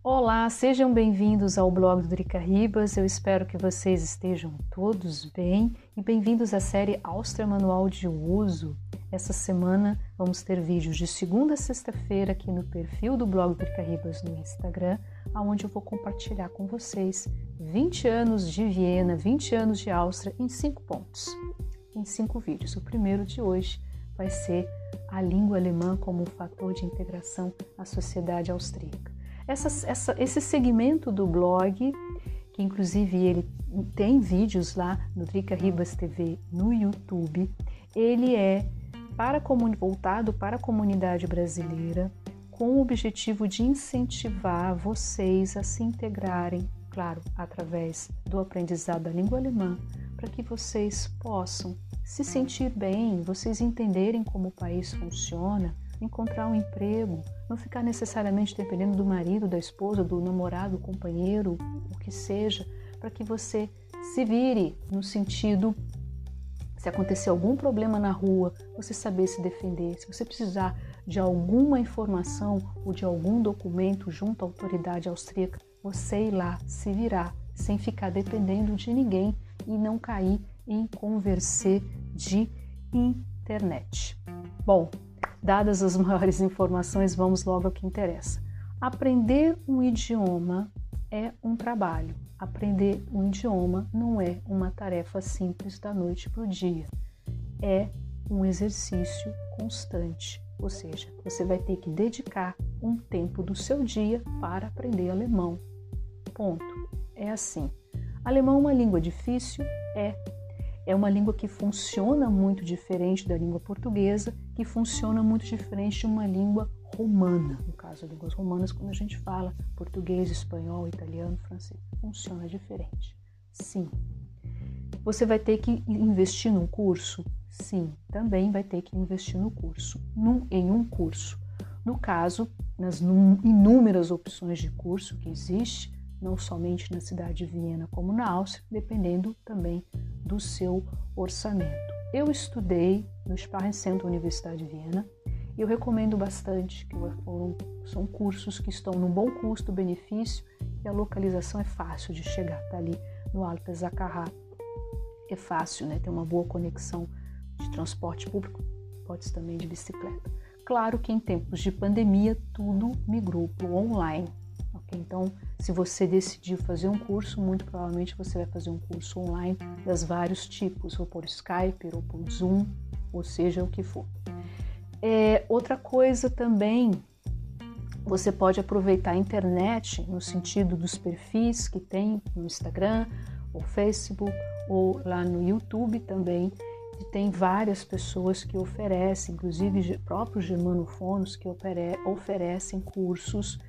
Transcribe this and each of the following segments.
Olá, sejam bem-vindos ao blog do Drica Ribas. Eu espero que vocês estejam todos bem e bem-vindos à série Áustria Manual de Uso. Essa semana vamos ter vídeos de segunda a sexta-feira aqui no perfil do blog do Drica Ribas no Instagram, onde eu vou compartilhar com vocês 20 anos de Viena, 20 anos de Áustria em 5 pontos, em 5 vídeos. O primeiro de hoje vai ser a língua alemã como um fator de integração à sociedade austríaca. Esse segmento do blog, que inclusive ele tem vídeos lá no Drica Ribas TV no YouTube, ele é voltado para a comunidade brasileira, com o objetivo de incentivar vocês a se integrarem, claro, através do aprendizado da língua alemã, para que vocês possam se sentir bem, vocês entenderem como o país funciona, encontrar um emprego, não ficar necessariamente dependendo do marido, da esposa, do namorado, do companheiro, o que seja, para que você se vire no sentido, se acontecer algum problema na rua, você saber se defender, se você precisar de alguma informação ou de algum documento junto à autoridade austríaca, você ir lá se virar, sem ficar dependendo de ninguém e não cair em converser de internet. Bom, dadas as maiores informações, vamos logo ao que interessa. Aprender um idioma é um trabalho. Aprender um idioma não é uma tarefa simples da noite para o dia. É um exercício constante. Ou seja, você vai ter que dedicar um tempo do seu dia para aprender alemão. Ponto. É assim. Alemão é uma língua difícil? É uma língua que funciona muito diferente da língua portuguesa, que funciona muito diferente de uma língua romana. No caso, as línguas romanas, quando a gente fala português, espanhol, italiano, francês, funciona diferente. Sim. Você vai ter que investir num curso? Sim, também vai ter que investir no curso, em um curso. No caso, nas inúmeras opções de curso que existe, não somente na cidade de Viena como na Áustria, dependendo também do seu orçamento. Eu estudei no Sparrencentrum Universidade de Viena e eu recomendo bastante, que são cursos que estão num bom custo-benefício e a localização é fácil de chegar, tá ali no Alta Zakarra. É fácil, né? Tem uma boa conexão de transporte público, pode-se também de bicicleta. Claro que em tempos de pandemia tudo migrou para o online. Então, se você decidiu fazer um curso, muito provavelmente você vai fazer um curso online das vários tipos, ou por Skype, ou por Zoom, ou seja, o que for. Outra coisa também, você pode aproveitar a internet no sentido dos perfis que tem no Instagram, ou Facebook, ou lá no YouTube também, e tem várias pessoas que oferecem, inclusive próprios germanofonos que oferecem cursos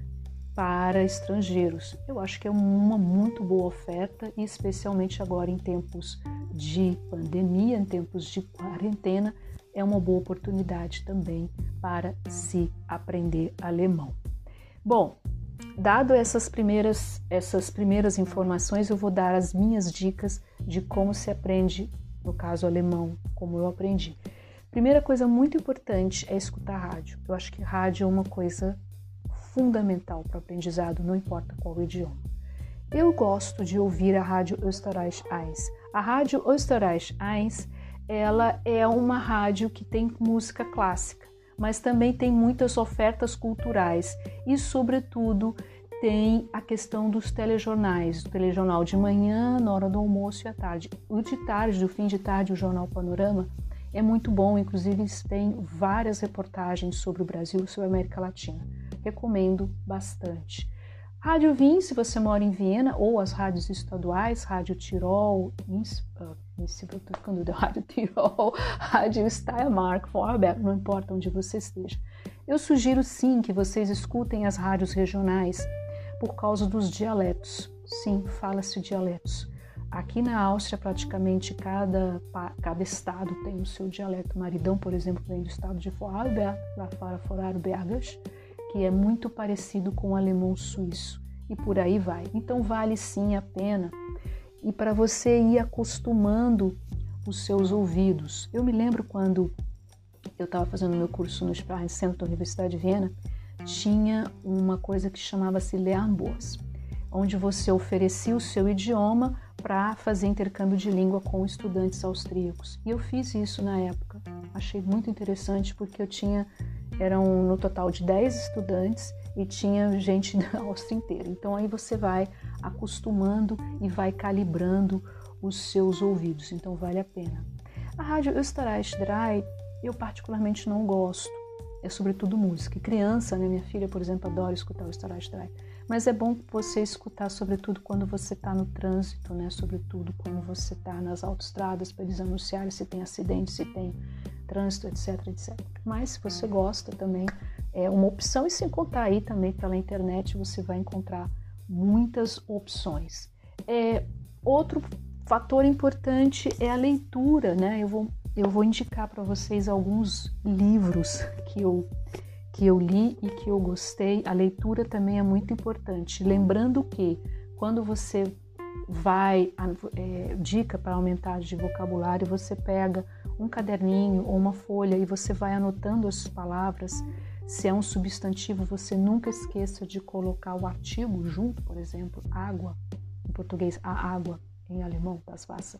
para estrangeiros. Eu acho que é uma muito boa oferta e especialmente agora em tempos de pandemia, em tempos de quarentena, é uma boa oportunidade também para se aprender alemão. Bom, dado essas primeiras informações, eu vou dar as minhas dicas de como se aprende, no caso alemão, como eu aprendi. Primeira coisa muito importante é escutar rádio. Eu acho que rádio é uma coisa fundamental para o aprendizado, não importa qual idioma. Eu gosto de ouvir a rádio Österreich 1. A rádio Österreich 1, ela é uma rádio que tem música clássica, mas também tem muitas ofertas culturais e, sobretudo, tem a questão dos telejornais, o telejornal de manhã, na hora do almoço e à tarde. O de tarde, do fim de tarde, o Jornal Panorama, é muito bom, inclusive tem várias reportagens sobre o Brasil e sobre a América Latina. Recomendo bastante. Rádio Wien, se você mora em Viena, ou as rádios estaduais, Rádio Tirol, Rádio Tirol, Rádio Steiermark, Vorarlberg, não importa onde você esteja. Eu sugiro sim que vocês escutem as rádios regionais por causa dos dialetos. Sim, fala-se dialetos. Aqui na Áustria, praticamente cada estado tem o seu dialeto. Maridão, por exemplo, vem do estado de Vorarlberg, lá fora Vorarlbergisch, que é muito parecido com o alemão suíço, e por aí vai. Então vale sim a pena, e para você ir acostumando os seus ouvidos. Eu me lembro quando eu estava fazendo meu curso no Sparrencentrum da Universidade de Viena, tinha uma coisa que chamava-se Lehrmbüros, onde você oferecia o seu idioma para fazer intercâmbio de língua com estudantes austríacos. E eu fiz isso na época. Achei muito interessante porque eram no total de 10 estudantes e tinha gente da Áustria inteira. Então aí você vai acostumando e vai calibrando os seus ouvidos, então vale a pena. A rádio Österreich 3 eu particularmente não gosto, é sobretudo música. Criança, né, minha filha, por exemplo, adora escutar o Österreich 3, mas é bom você escutar sobretudo quando você está no trânsito, né, sobretudo quando você está nas autoestradas para eles anunciarem se tem acidente, se tem trânsito, etc, etc. Mas se você gosta também, é uma opção, e sem contar aí também pela internet você vai encontrar muitas opções. Outro fator importante é a leitura, né? Eu vou indicar para vocês alguns livros que eu li e que eu gostei. A leitura também é muito importante. Lembrando que quando você dica para aumentar de vocabulário, você pega um caderninho ou uma folha e você vai anotando as palavras. Se é um substantivo, você nunca esqueça de colocar o artigo junto, por exemplo, água, em português, a água, em alemão, das Wasser,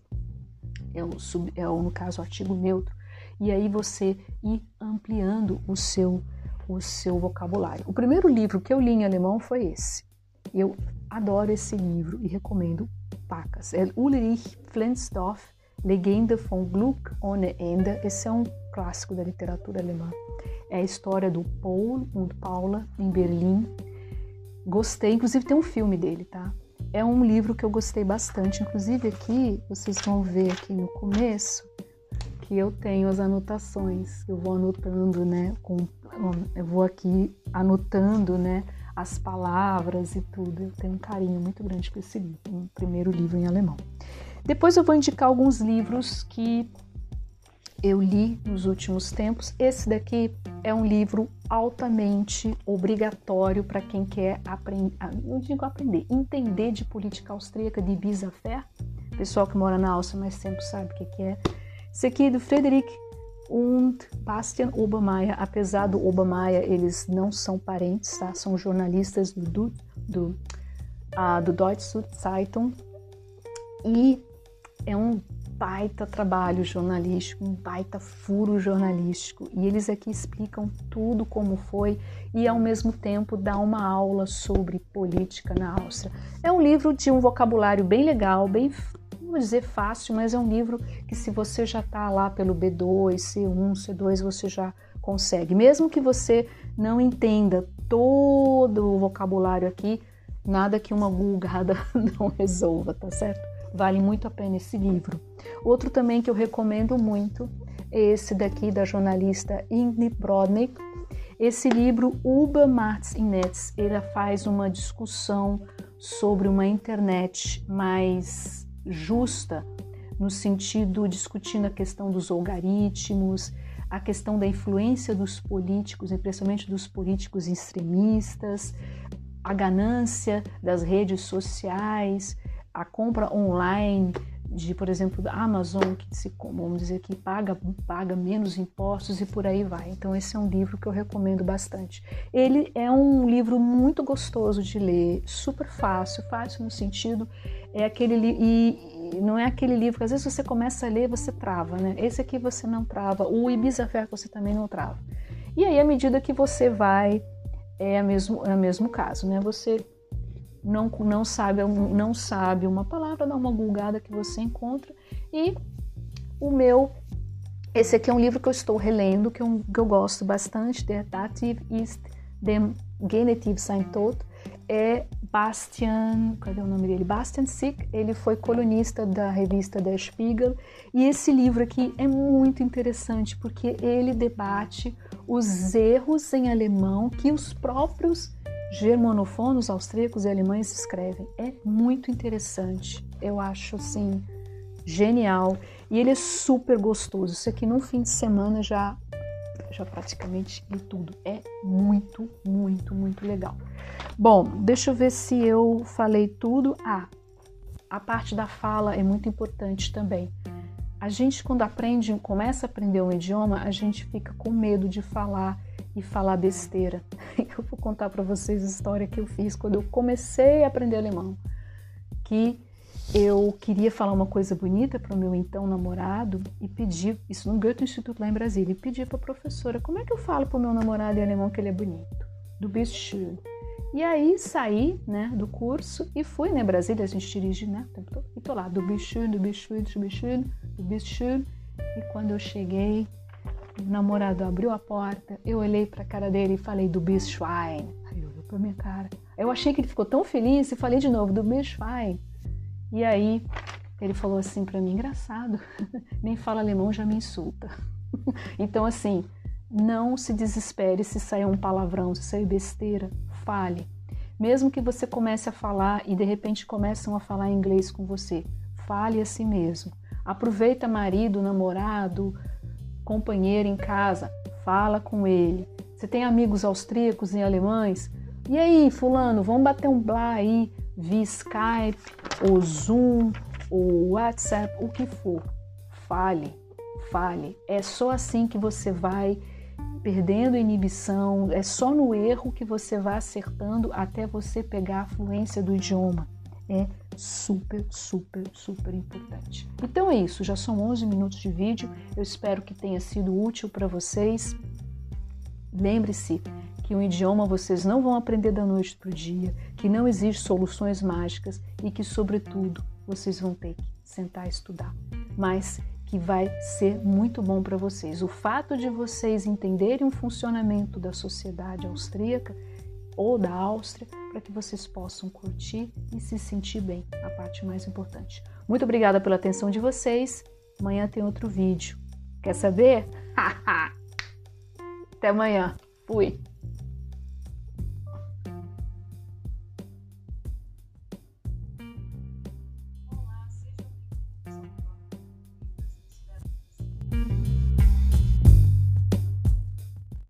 no caso, o artigo neutro, e aí você ir ampliando o seu vocabulário. O primeiro livro que eu li em alemão foi esse. Eu adoro esse livro e recomendo pacas. É Ulrich Flensdorf, Legende von Glück ohne Ende. Esse é um clássico da literatura alemã. É a história do Paul und Paula em Berlim. Gostei, inclusive tem um filme dele, tá? É um livro que eu gostei bastante. Inclusive aqui, vocês vão ver aqui no começo que eu tenho as anotações. Eu vou anotando, né? Eu vou aqui anotando, né? As palavras e tudo. Eu tenho um carinho muito grande por esse livro, o primeiro livro em alemão. Depois eu vou indicar alguns livros que eu li nos últimos tempos. Esse daqui é um livro altamente obrigatório para quem quer entender de política austríaca, de bis affaire. O pessoal que mora na Áustria mais tempo sabe o que é. Esse aqui é do Friedrich und Bastian Obermeier. Apesar do Obermeier, eles não são parentes, tá? São jornalistas do Deutsche Zeitung. E é um baita trabalho jornalístico, um baita furo jornalístico, e eles aqui explicam tudo como foi e ao mesmo tempo dá uma aula sobre política na Áustria. É um livro de um vocabulário bem legal, bem, vou dizer fácil, mas é um livro que se você já está lá pelo B2, C1, C2, você já consegue. Mesmo que você não entenda todo o vocabulário aqui, nada que uma gulgada não resolva, tá certo? Vale muito a pena esse livro. Outro também que eu recomendo muito é esse daqui da jornalista Ingrid Brodnik. Esse livro, Über Macht im Netz, ele faz uma discussão sobre uma internet mais justa, no sentido discutindo a questão dos algoritmos, a questão da influência dos políticos, especialmente dos políticos extremistas, a ganância das redes sociais, a compra online de, por exemplo, da Amazon, que vamos dizer que paga menos impostos e por aí vai. Então esse é um livro que eu recomendo bastante. Ele é um livro muito gostoso de ler, super fácil no sentido, e não é aquele livro que às vezes você começa a ler, você trava, né? Esse aqui você não trava, o Ibiza Affair você também não trava. E aí à medida que você vai, é o mesmo caso, né? Você não sabe uma palavra, dá uma gulgada que você encontra. E esse aqui é um livro que eu estou relendo, que eu gosto bastante, Der Dativ ist dem Genitiv sein Tod, é Bastian, cadê o nome dele? Bastian Sick, ele foi colunista da revista Der Spiegel, e esse livro aqui é muito interessante, porque ele debate os erros em alemão que os próprios germanofonos austríacos e alemães escrevem. É muito interessante, eu acho assim genial, e ele é super gostoso. Isso aqui num fim de semana já praticamente li tudo. É muito, muito, muito legal. Bom, deixa eu ver se eu falei tudo. A parte da fala é muito importante também. A gente, quando começa a aprender um idioma, a gente fica com medo de falar e falar besteira. Eu vou contar para vocês a história que eu fiz quando eu comecei a aprender alemão, que eu queria falar uma coisa bonita para o meu então namorado e pedi, isso no Goethe-Institut lá em Brasília, e pedi para a professora, como é que eu falo para o meu namorado em alemão que ele é bonito? Du bist schön. E aí saí, né, do curso e fui, né, Brasília, a gente dirige, né, o tempo todo, e tô lá, du bist schön, du bist schön, du bist schön, du bist schön. E quando eu cheguei, o namorado abriu a porta, eu olhei pra cara dele e falei, du bist Schwein. Aí ele olhou pra minha cara. Eu achei que ele ficou tão feliz e falei de novo, du bist Schwein. E aí ele falou assim pra mim, engraçado, nem fala alemão, já me insulta. Então assim, não se desespere se sair um palavrão, se sair besteira, fale. Mesmo que você comece a falar e de repente começam a falar inglês com você, fale a si mesmo. Aproveita marido, namorado, companheiro em casa, fala com ele. Você tem amigos austríacos e alemães? E aí, fulano, vamos bater um blá aí, via Skype, ou Zoom, ou WhatsApp, o que for. Fale. É só assim que você vai perdendo inibição, é só no erro que você vai acertando até você pegar a fluência do idioma. É super importante. Então é isso, já são 11 minutos de vídeo, eu espero que tenha sido útil para vocês. Lembre-se que um idioma vocês não vão aprender da noite para o dia, que não existe soluções mágicas e que, sobretudo, vocês vão ter que sentar e estudar, mas que vai ser muito bom para vocês. O fato de vocês entenderem o funcionamento da sociedade austríaca ou da Áustria, para que vocês possam curtir e se sentir bem, a parte mais importante. Muito obrigada pela atenção de vocês. Amanhã tem outro vídeo. Quer saber? Até amanhã. Fui!